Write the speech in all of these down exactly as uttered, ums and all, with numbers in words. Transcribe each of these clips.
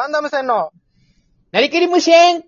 パンダム戦のなりきり無線。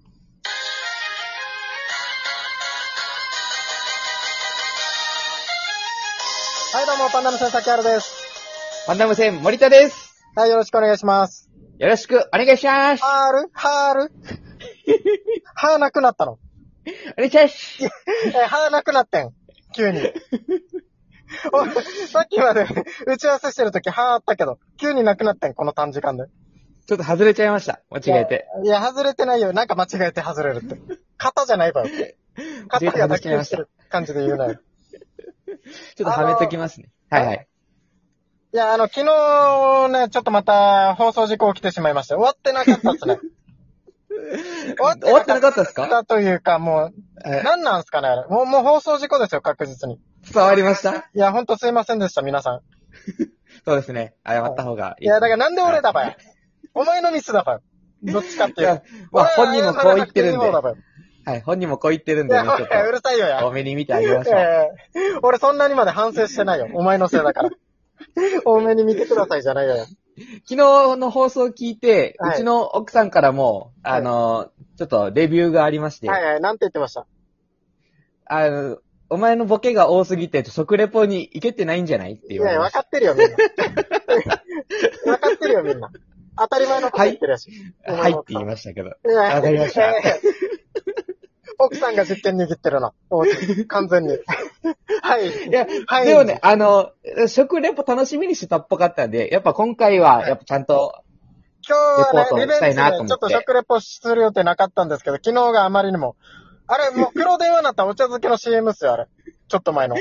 はい、どうも、パンダム戦崎原です。 パンダ無線森田です。 はい、よろしくお願いします。 よろしくお願いします。 はーるはーるはーなくなったの。 お願いします。 え、はーなくなってん。急に。おさっきまで打ち合わせしてるときはーあったけど、急になくなってん、この短時間で。 ちょっと外れちゃいました。間違えて。 いや、いや外れてないよ。なんか間違えて外れるって。肩じゃないわよ。肩が脱臼してる感じで言うなよ。 ちょっとはめときますね。はいはい。 いや、あの、昨日ね、ちょっとまた放送事故起きてしまいました。終わってなかったっすね。終わって終わってなかったですか？ だというか、もう、何なんすかね、あれ。もう、もう放送事故ですよ、確実に。 伝わりました？ いや、ほんとすいませんでした、皆さん。 そうですね。謝った方がいい。 いや、だからなんで俺だばよ。お前のミスだばよ。どっちかっていう。 まあ、本人もこう言ってるんで。 はい、本人もこう言ってるんで、 いや、ほら、うるさいよや。 多めに見てあげましょう。 えー、俺そんなにまで反省してないよ。お前のせいだから。多めに見てくださいじゃないよや。 昨日の放送を聞いて、はい、うちの奥さんからも、あの、はい、ちょっとレビューがありまして。 はいはい、なんて言ってました？ あの、お前のボケが多すぎて、食レポに行けてないんじゃないって言われました。 いや、分かってるよ、みんな。分かってるよ、みんな。当たり前のこと言ってるやし。 はい、はいって言いましたけど。わかりました。 奥さんが実験握ってるな。完全に。はい。いや、はい。でもね、あの、食レポ楽しみにしてたっぽかったんで、やっぱ今回は、やっぱちゃんと、 今日はね、リベンジでちょっと食レポする予定なかったんですけど、昨日があまりにも、あれ、もう黒電話になったお茶漬けの シーエム っすよ、あれ。ちょっと前の。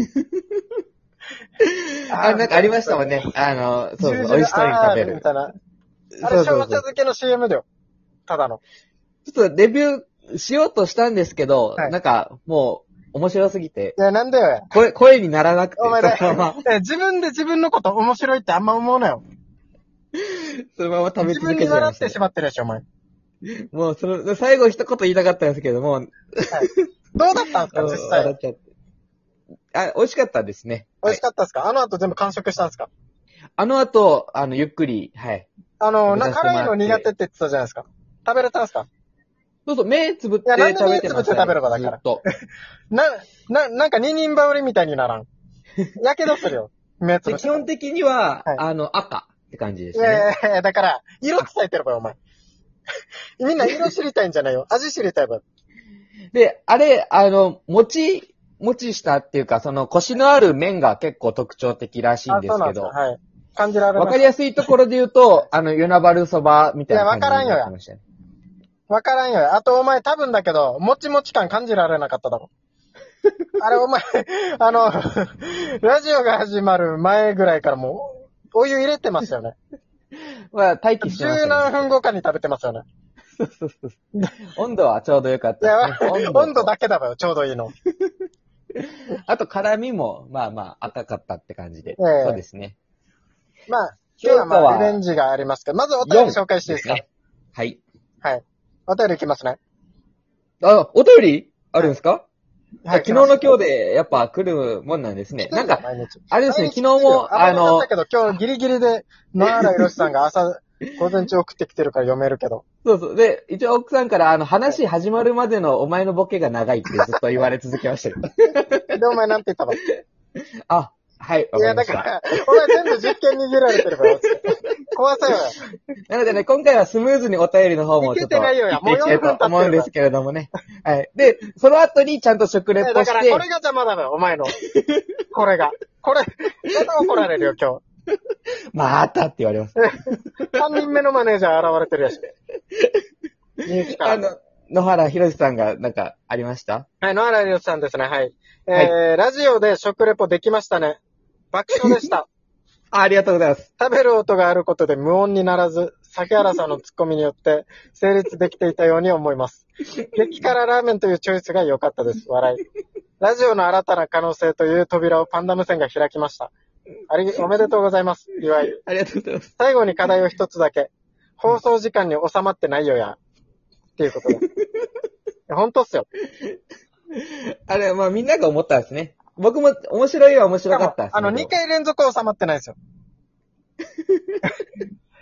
あ、なんかありましたもんね。あの、そうそう、美味しそうに食べる。 みたいな。あれ、お茶漬けの シーエム だよ。ただの。 ちょっとレビューしようとしたんですけど、はい、なんか、もう、面白すぎて。 いや、なんでよや。 声、声にならなくて。 お前だ、自分で自分のこと面白いってあんま思うなよ。 そのまま食べ続けちゃいました、ね。自分に笑ってしまってるでしょ、お前。 もう、その、最後一言言いたかったんですけども。はい、 どうだったんですか、実際。笑っちゃって。 あ、美味しかったですね。 美味しかったですか、はい、あの後全部完食したんですか？ あの後、あの、ゆっくり、はい。 あの、な、辛いの苦手って言ってたじゃないですか。食べれたんですか？ そうそう、目つぶって食べてました、ね。いや、なんで目つぶって食べればだから。な、な、なんか二人羽織みたいにならん。やけどするよ。目つぶって。 基本的には、はい、あの、赤って感じですね。 いやいやいや、だから、色伝えてればよ、お前。みんな色知りたいんじゃないよ。味知りたいばよ。 で、あれ、あの、もち、もちしたっていうか、その、コシのある麺が結構特徴的らしいんですけど。 はい。感じられます。 わかりやすいところで言うと、あの、ユナバルそばみたいな感じになってましたね。 わからんよや。あとお前多分だけど、もちもち感感じられなかっただろ。あれお前、あの、ラジオが始まる前ぐらいからもう、お湯入れてますよね。 まあ、待機してましたね。 十何分後かに食べてますよね。 そうそうそう。温度はちょうどよかったですね。 いや、温度だけだわよ、ちょうどいいの。 あと、辛味も、まあまあ、赤かったって感じで。えー、そうですね。 まあ、今日はまあ、リベンジがありますけど、まずお便り紹介していいですか？ ね、はい。 はい。お便りいきますね。 あ、お便りあるんですか？はい。昨日の今日で、 で、やっぱ来るもんなんですね。なんか、あれですね、昨日も、 あの、だけど今日ギリギリで、野原宏さんが朝、午前中送ってきてるから読めるけど。 そうそう。で、一応奥さんから、あの、話始まるまでのお前のボケが長いってずっと言われ続けましたよ。 で、お前なんて言ったの？ あ、はい、わかりました。いや、だから、お前全部実験握られてるから、怖さよ。 なのでね、今回はスムーズにお便りの方もちょっと行っていきたいと思うんですけれどもね。はい。で、その後にちゃんと食レポして。だからこれが邪魔だよ、お前の。これが。これ、また怒られるよ、今日。 またって言われます。 さんにんめのマネージャー現れてるやし。 あの、野原宏さんがなんかありました？ はい、野原宏さんですね、はい。えー、はい、ラジオで食レポできましたね。爆笑でした。 あ。ありがとうございます。 食べる音があることで無音にならず、崎原さんのツッコミによって成立できていたように思います。激辛ラーメンというチョイスが良かったです。笑い。ラジオの新たな可能性という扉をパンダ無線が開きました。あり、おめでとうございます。岩井。 ありがとうございます。 最後に課題を一つだけ。放送時間に収まってないよや。っていうことで。本当っすよ。 あれ、まあみんなが思ったんですね。僕も面白いは面白かったです、ね。 あの、にかい連続収まってないですよ。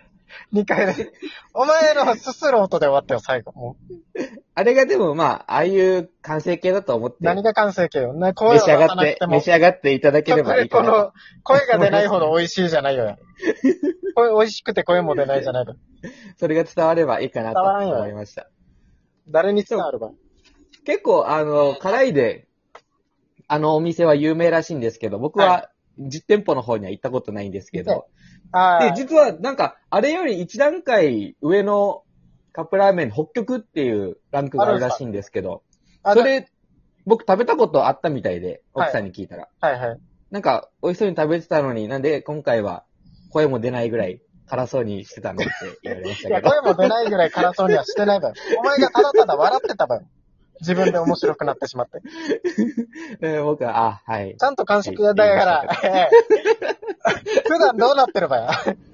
にかいで。お前のすする音で終わったよ、最後。もうあれがでもまあ、ああいう完成形だと思って。 何が完成形よ。ね、 声を出さなくても。召し上がって、召し上がっていただければいいかなと。この、 声が出ないほど美味しいじゃないよ。声、美味しくて声も出ないじゃないか。 それが伝わればいいかなと思いました。 誰に伝わるば結構、あの、辛いで、あのお店は有名らしいんですけど、僕は実店舗の方には行ったことないんですけど、はい、で、実はなんか、あれより一段階上のカップラーメン、北極っていうランクがあるらしいんですけど、それ、僕食べたことあったみたいで、奥さんに聞いたら。はい、はい、はい。なんか、美味しそうに食べてたのに、なんで今回は声も出ないぐらい辛そうにしてたのって言われましたけど。いや、声も出ないぐらい辛そうにはしてないわよ。お前がただただ笑ってたわよ。自分で面白くなってしまって。 えー、僕は、あ、はい。 ちゃんと完食だから、普段どうなってるばや。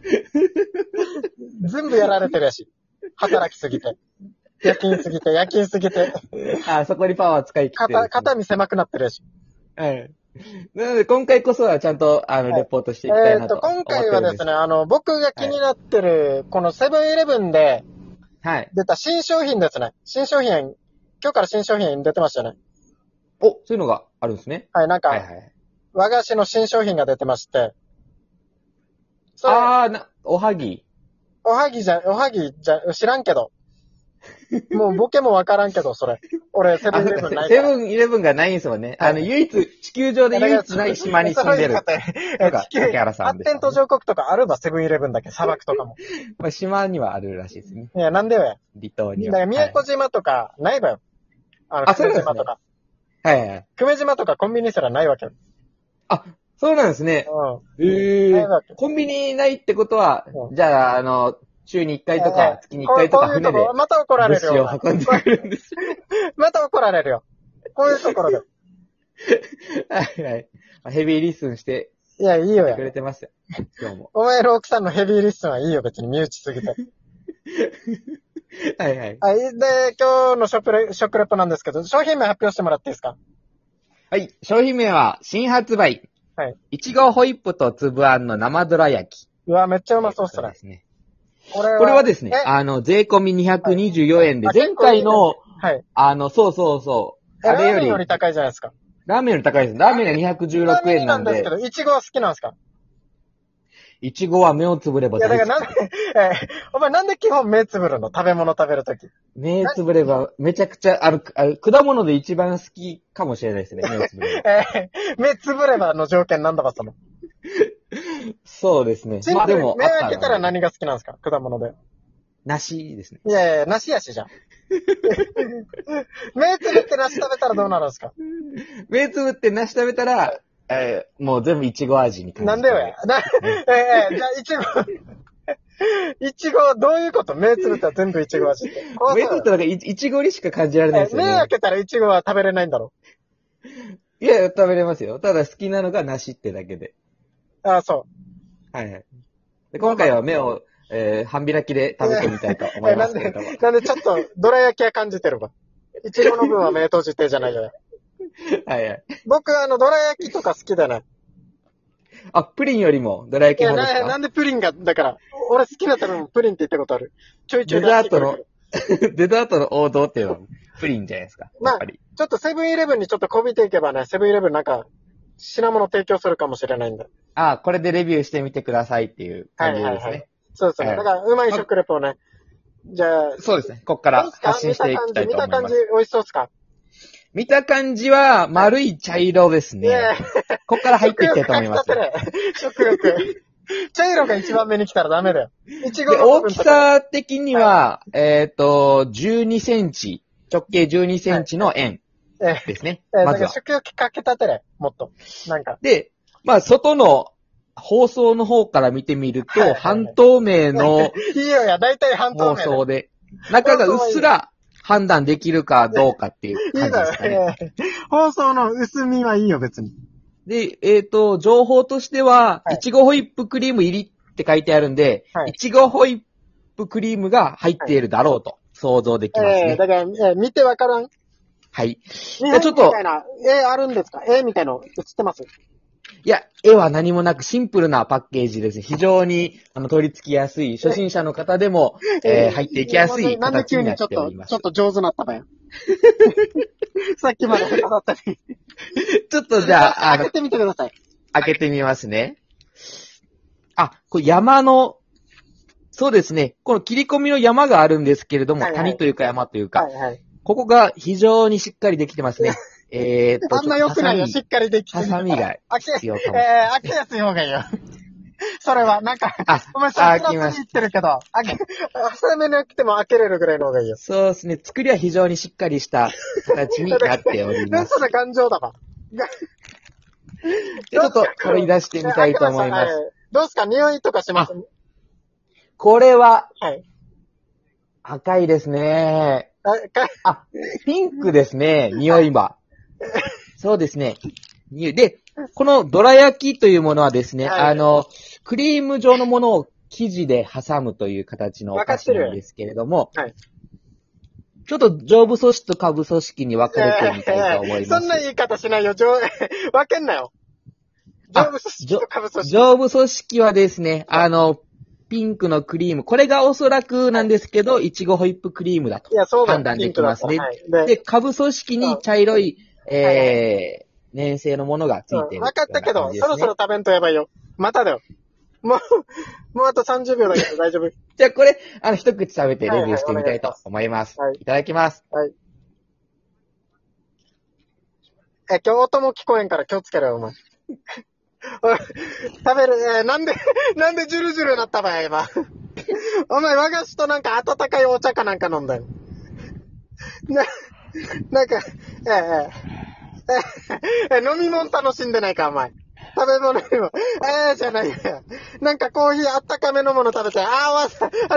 全部やられてるやし。働きすぎて。夜勤すぎて、夜勤すぎて。 あ、そこにパワー使い切ってる、 ね。肩身狭くなってるやし。 はい。なので、今回こそはちゃんと、あの、レポートしていきたいなと思ってるんです。 えっと、今回はですね、あの、僕が気になってる、このセブンイレブンで、 はい。 出た新商品ですね。新商品、今日から新商品出てましたね。 お、そういうのがあるんですね。 はい、なんか、はいはい、和菓子の新商品が出てまして。 あー、な、おはぎ。 おはぎじゃ、おはぎじゃ、知らんけど。もうボケもわからんけど、それ。俺、セブンイレブンないから。 セブンイレブンがないんですもんね。はい、あの、唯一、地球上で唯一ない島に住んでる。 地球、発展途上国とかあるば、セブンイレブンだけ、砂漠とかも。 まあ、島にはあるらしいですね。 いや、なんでよや。 離島には。 だから、宮古島とか、ないばよ。あの、久米島とか。 はいはい。 久米島とかコンビニすらないわけよ。 あ、そうなんですね。うん。ええー。コンビニないってことは、うん、じゃあ、あの、週にいっかいとか、月にいっかいとか船で、 また怒られるよ。 物資を運んでくるんです。 また怒られるよ。こういうところで。 はいはい。ヘビーリスンして。 いや、いいよや。 くれてますよ。今日も。 お前の奥さんのヘビーリスンはいいよ、別に身内すぎて。 はいはい。 はい。で、今日の食レ、食レポなんですけど、商品名発表してもらっていいですか？ はい。商品名は、新発売。はい。いちごホイップと粒あんの生どら焼き。 うわ、めっちゃうまそうっすね。ですね。 これは、これはですね、あの、税込みにひゃくにじゅうよえんで、はい、前回の、はい。あの、そうそうそう。 あれより。ラーメンより高いじゃないですか。 ラーメンより高いです。ラーメンがにひゃくじゅうろくえんなんで。 なんですけど、いちごは好きなんですか？ いちごは目をつぶれば大好き。いや、だからなんで、えー、お前なんで基本目つぶるの？食べ物食べるとき。 目つぶれば、めちゃくちゃ、ある、ある、果物で一番好きかもしれないですね、目をつぶれば。 えー、目つぶればの条件なんだかその。 そうですね。 まあでも。目開けたら何が好きなんですか？果物で。 梨ですね。 いやいや、梨やしじゃん。目つぶって梨食べたらどうなるんですか？ 目つぶって梨食べたら、えー、もう全部いちご味に感じなんでよや。な、えー、じゃあいちご、いちご、どういうこと？目つぶったら全部いちご味って。 目つぶったらいちごにしか感じられないですよね。 目開けたらいちごは食べれないんだろ？ いや、食べれますよ。ただ好きなのが梨ってだけで。 ああ、そう。 はいはい。で今回は目を、えー、半開きで食べてみたいと思いますけれども。 なんで、なんでちょっと、どら焼きは感じてるわ。いちごの分は目閉じてじゃないよ。 はいはい。 僕、あの、どら焼きとか好きだね。 あ、プリンよりもどら焼き派ですか？ いやな、なんでプリンが、だから、俺好きな食べ物プリンって言ったことある。ちょいちょいデザートの、デザートの王道っていうのはプリンじゃないですか。 まあ、ちょっとセブンイレブンにちょっとこびていけばね、セブンイレブンなんか、品物提供するかもしれないんで。 ああ、これでレビューしてみてくださいっていう感じですね。はいはいはい、 そうですね。はい、だから、うまい食レポをね。じゃあ。 そうですね。こっから発信していきたいと思います。 見た感じ、見た感じ美味しそうですか？ 見た感じは、丸い茶色ですね。はい、こっから入っていきたいと思います。 食欲。茶色が一番目に来たらダメだよ。いちごの大きさ的には、はい、えっ、ー、と、じゅうにセンチ、直径じゅうにセンチの円ですね。 えー、 まずは。 食欲かけたてれ、もっと。なんか。 で、まあ、外の放送の方から見てみると、はいはいはい、半透明のいいよや、だいたい半透明。 放送で、中がうっすら判断できるかどうかっていう感じですかね。いいだよ、えー、放送の薄みはいいよ、別に。 で、えっ、ー、と、情報としては、はい、いちごホイップクリーム入りって書いてあるんで、はい、いちごホイップクリームが入っているだろうと想像できますね。 えー、だから、えー、見てわからん。 はい。じゃちょっと。 みたいな、えー、あるんですか？えー、みたいなの映ってます？ いや、絵は何もなくシンプルなパッケージですね。非常に、あの、取り付きやすい、初心者の方でも、えー、入っていきやすい形になっております。 ちょっと上手なったばやん。さっきまで下手だったのに。 ちょっとじゃあ、 あの、開けてみてください。 開けてみますね。あ、これ山の、そうですね。この切り込みの山があるんですけれども、はいはい、谷というか山というか、はいはい、ここが非常にしっかりできてますね。えーっと、 あんま良くないよ、しっかりできてる。 ハサミが必要かも。 えー、開けやすい方がいいよ。それは、なんか、あ、お前、さっきの言ってるけど、開け、ハめなくても開けれるぐらいの方がいいよ。 そうですね。作りは非常にしっかりした形になっております。 それ頑丈だわ。 ちょっと取り出してみたいと思います。 どうですか？匂いとかします？ これは、はい。赤いですね。あ、ピンクですね、匂いは。そうですね。で、このどら焼きというものはですね、はい、あの、クリーム状のものを生地で挟むという形のお菓子なんですけれども、はい、ちょっと上部組織と下部組織に分かれてみたいと思います。 そんな言い方しないよ。上分けんなよ。上部組織と下部組織。 上部組織はですね、あの、ピンクのクリーム。これがおそらくなんですけど、いちごホイップクリームだと判断できますね。はい、で、で下部組織に茶色い、えー、粘性のものがついてる、 うん。分かったけど、そろそろ食べんとやばいよ。まただよ。もう、もうあとさんじゅうびょうだけど大丈夫。 じゃあこれ、あの、一口食べてレビューしてみたいと思います。はいはい、いただきます。はい。 え、今日音も聞こえんから気をつけろよ、お前。食べる、えー、なんで、なんでジュルジュルなったばや、今。お前、和菓子となんか温かいお茶かなんか飲んだよ。な、なんか、えー、えー、えー、飲み物楽しんでないか、お前。食べ物にも、えー、じゃないよ。なんかコーヒーあったかめのもの食べて、あー、わ、